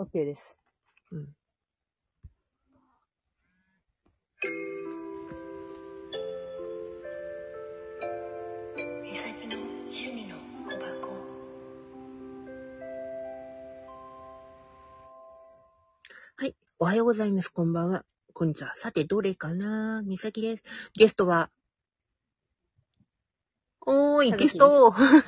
OK です。 うん。 美咲の趣味の小箱。 はい。おはようございます。こんばんは。こんにちは。さて、どれかな？みさきです。ゲストは、おーい、ゲストはい。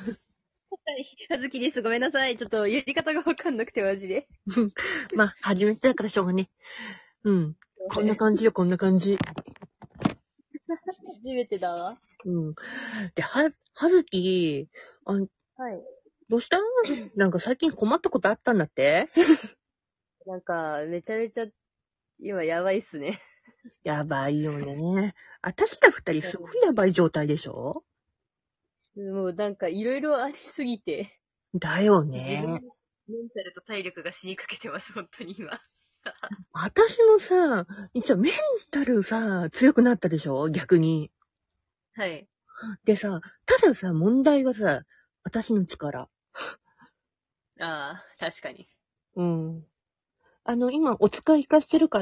はずきです。ごめんなさい。ちょっとやり方がわかんなくて、マジで。 まあ、初めてだからしょうがね。うん。こんな感じよ、こんな感じ。 初めてだわ。 うん。で、はずき、 はい。 どうしたなんか最近困ったことあったんだってなんか、めちゃめちゃ、今やばいっすね。 やばいよね。私た二人すごいやばい状態でしょ？ もうなんか、いろいろありすぎて、 だよ自分のね。 メンタルと体力が死にかけてます、本当に今。 私もさ、一応メンタルさ、強くなったでしょ？逆に。 はい。 でさ、たださ、問題はさ、私の力。 ああ、確かに。 うん。今、お使い行かしてるから、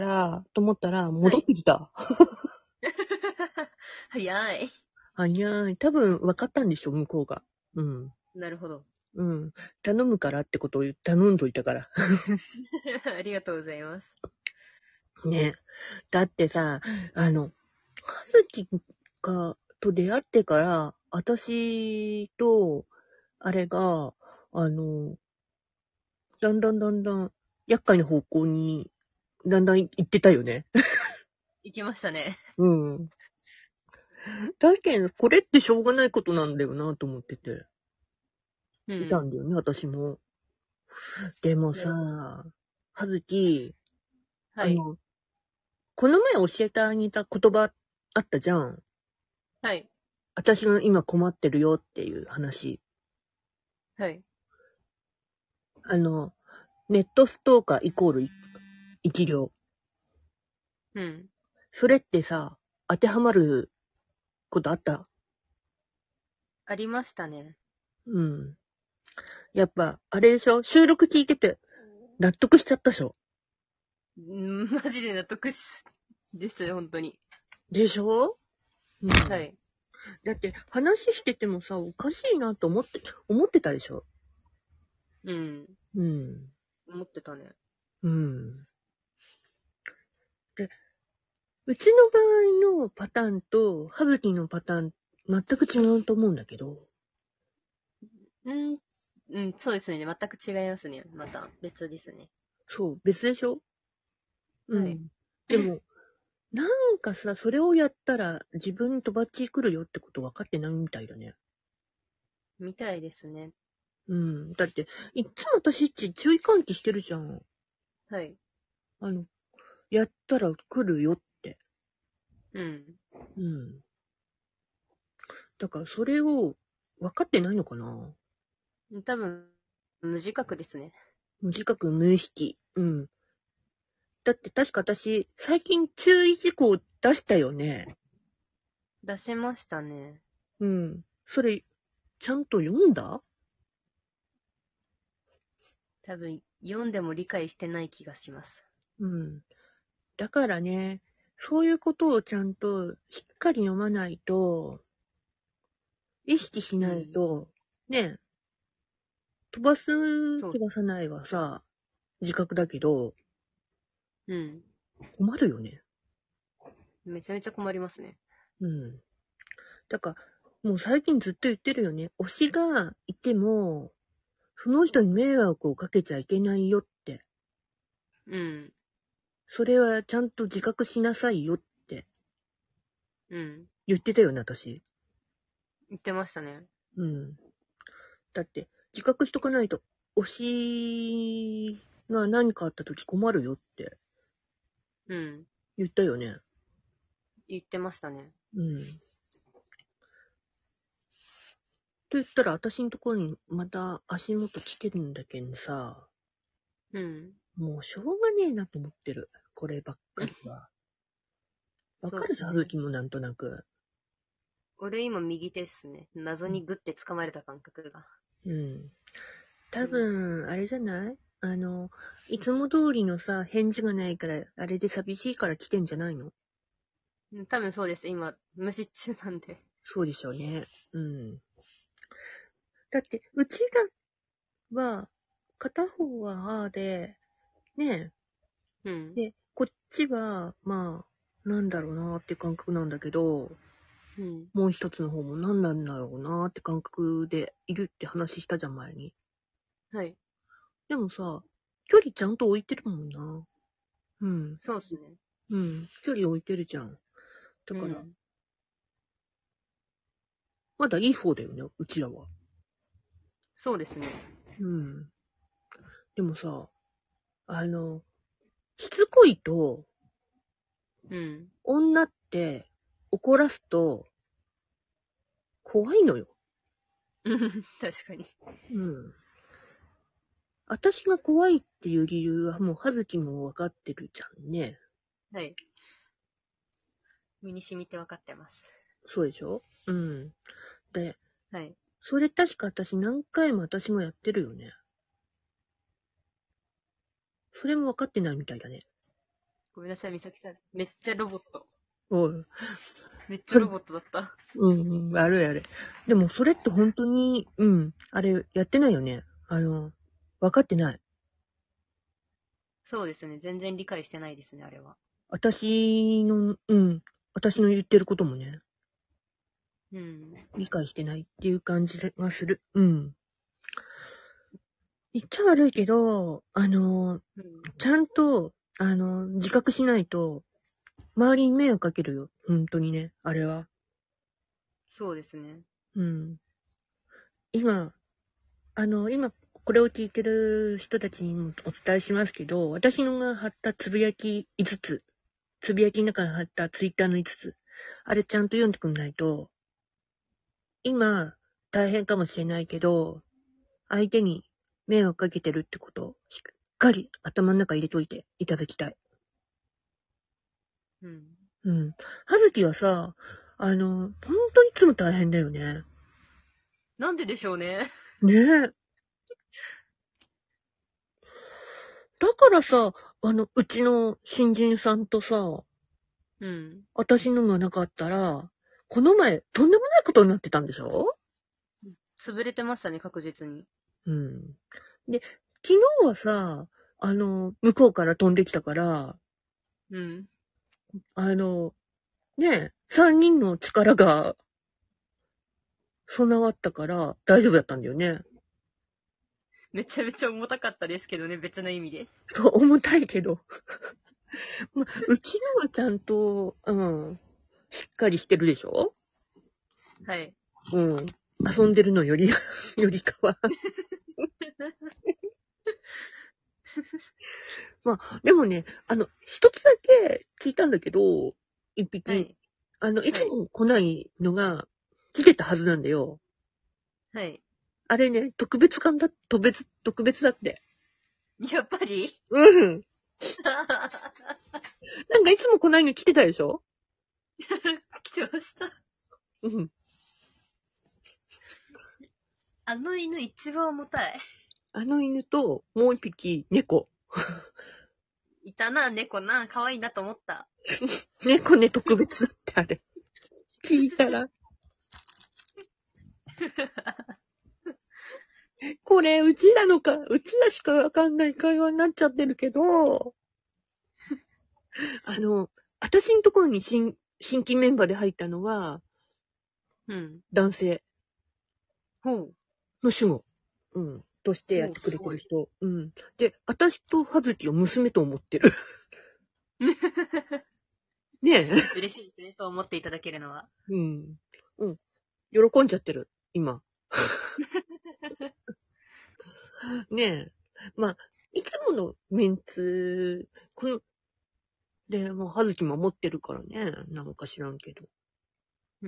と思ったら、戻ってきた。 早い。 早い。多分、分かったんでしょ、向こうが。うん。 なるほど。 うん。頼むからってことを頼んどいたから。 ありがとうございます。 ね。だってさ、はずきと出会ってから、私と、あれが、だんだん、厄介な方向に、だんだん行ってたよね。 行きましたね。 うん。確かに、これってしょうがないことなんだよな、と思ってて。いたんだよね、私も。でもなるほど。 さ、はずき、 はい。 この前教えてあげた言葉あったじゃん。 はい。 私が今困ってるよっていう話。 はい。 あの、ネットストーカーイコール一両。 うん。 それってさ、当てはまることあった？ ありましたね。 うん。やっぱ、あれでしょ？収録聞いてて、納得しちゃったでしょ？ マジで納得ですよ、本当に。 でしょ？うん。 はい。 だって話しててもさ、おかしいなと思ってたでしょ？ うん。 うん。 思ってたね。 うん。で、うちの場合のパターンと、はずきのパターン、全く違うと思うんだけど、 うん。うん、そうですね。全く違いますね。また別ですね。 そう、別でしょ？うはい。 ん。でも、なんかさ、それをやったら自分にとばっちり来るよってこと分かってないみたいだね。 みたいですね。 うん。だって、いっつも私っち注意喚起してるじゃん。 はい。 あの、やったら来るよって。 うん。 うん。だからそれを分かってないのかな？ 多分、無自覚ですね。 無自覚無意識。うん。だって確か私、最近注意事項出したよね。 出しましたね。 うん。それ、ちゃんと読んだ？ 多分、読んでも理解してない気がします。 うん。だからね、そういうことをちゃんとしっかり読まないと、意識しうん。 ないと、ね、飛ばす、 そうっす。 飛ばさないはさ、自覚だけど、 うん。 困るよね。 めちゃめちゃ困りますね。 うん。だから、もう最近ずっと言ってるよね。推しがいても、その人に迷惑をかけちゃいけないよって。 うん。 それはちゃんと自覚しなさいよってうん。 言ってたよね、私。 言ってましたね。 うん。だって、自覚しとかないと、推しが何かあった時困るよってうん。 言ったよね。 言ってましたね。 うん。と言ったら、私のところにまた足元来てるんだけどさ、 うん。 もうしょうがねえなと思ってる。こればっかりは。わかる？ そうっすね。 はずきもなんとなく。 俺今右手っすね。謎にグッて掴まれた感覚が。 うん。多うん。 分、あれじゃない？ いつも通りのさ、返事がないから、あれで寂しいから来てんじゃないの？ 多分そうです。今、無視中なんで。 そうでしょうね。うん。だって、うちらは、片方はああで、ねうん。 で、こっちは、まあ、なんだろうなーって感覚なんだけど、 うん。 もう一つの方も何なんだろうなーって感覚でいるって話したじゃん、前に。 はい。 でもさ、距離ちゃんと置いてるもんな。うん。 そうっすね。 うん。距離置いてるじゃん。だから、 うん。 まだいい方だよね、うちらは。 そうですね。 うん。でもさ、あの、しつこいと、 うん。 女って怒らすと怖いのよ。 確かに。 うん。私が怖いっていう理由はもう葉月も分かってるじゃんね。 はい。身に染みて分かってます。 そうでしょ？うん。で、 はい。 それ確か何回も私もやってるよね。それも分かってないみたいだね。 ごめんなさい、美咲さん。めっちゃロボット。 おい。 めっちゃロボットだった。 うん、あるある。でもそれって本当に、あれやってないよね。分かってない。 そうですね。全然理解してないですね、あれは。 私の言ってることもね、 うん。 理解してないっていう感じがする。うん。言っちゃ悪いけど、 うん。 ちゃんと、自覚しないと、周りに迷惑かけるよ。本当にね、あれは。 そうですね。 うん。今、今、これを聞いてる人たちにもお伝えしますけど、私のが貼ったつぶやき5つ、つぶやきの中に貼ったツイッターの5つ、あれちゃんと読んでくんないと、今、大変かもしれないけど、相手に迷惑かけてるってことをしっかり頭の中入れといていただきたい。 うん。 うん。はずきはさ、本当にいつも大変だよね。 なんででしょうね。 ねえ。だからさ、うちの新人さんとさ、 うん。 私のがなかったら、この前、とんでもないことになってたんでしょ？ 潰れてましたね、確実に。 うん。で、昨日はさ、向こうから飛んできたから、 うん。 ねえ、三人の力が備わったから大丈夫だったんだよね。 めちゃめちゃ重たかったですけどね、別の意味で。 そう、重たいけど。ま、うちのはちゃんと、しっかりしてるでしょ？ はい。 うん。遊んでるのより、よりかは。まあ、でもね、一つだけ聞いたんだけど、一匹。 はい。 いつも来ないのが来てたはずなんだよ。 はい。 あれね、特別だって。 やっぱりうん。なんかいつも来ないの来てたでしょ？ 来てました。 うん。 あの犬一番重たい。 あの犬と、もう一匹、猫。 いたな、猫な。可愛いなと思った。 猫ね、特別だってあれ。聞いたら。これ、うちらしかわかんない会話になっちゃってるけど、私のところに新規メンバーで入ったのは、 うん。 男性ほう。 の主語、としてやってくれてる人。うん。で、私と葉月を娘と思ってる。ねえ。 嬉しいですね、そう思っていただけるのは。 うん。うん。喜んじゃってる、今。ねえ。まあ、いつものメンツ、で、もう、葉月守ってるからね。なんか知らんけど。 うん。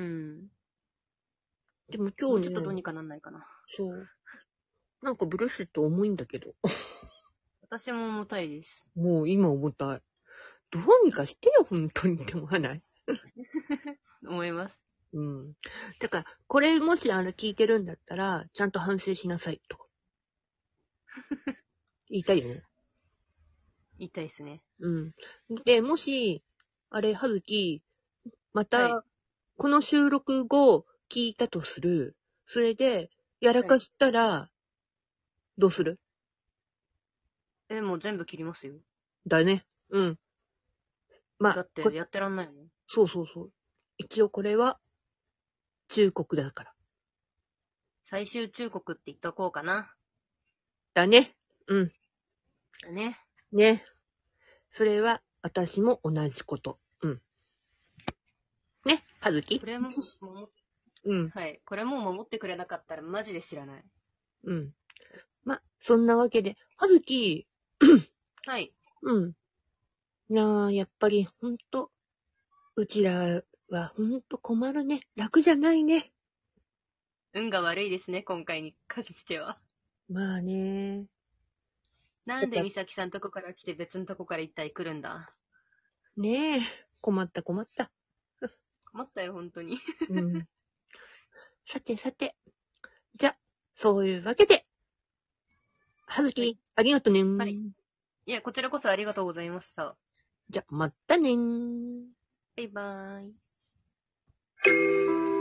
でも今日ね、 もうちょっとどうにかなんないかな。 そう。なんかブレスレット重いんだけど。 私も重たいです。 もう今重たい。どうにかしてよ、本当にって思わない？ 思います。 うん。だから、これもし聞いてるんだったら、ちゃんと反省しなさいと。 言いたいよね。 言いたいですね。 うん。で、もし、あれ、はずき、まはた、この収録後、聞いたとする。それで、やらかしたら、どうする？ もう全部切りますよ。 だね。うん。まあ、 だってやってらんないもん。 そうそうそう。一応これは、忠告だから。 最終忠告って言っとこうかな。 だね。うん。 ね。 ね。それは、私も同じこと。うん。ね、はずきこ。れも守っ、 うん。 はい。これも守ってくれなかったらマジで知らない。 うん。ま、そんなわけで、はずき、 はい。 うん。なあ、やっぱり、ほんと、うちらはほんと困るね。楽じゃないね。 運が悪いですね、今回に関しては。 まあね。 なんで美咲さんとこから来て別のとこから一体来るんだ。 ねえ。困った困った。 困ったよ、本当に。 うん。さてさて。じゃ、そういうわけで、はずき、 はいありがとねん。 はいいや、こちらこそありがとうございました。 じゃ、まったねん。 バイバーイ。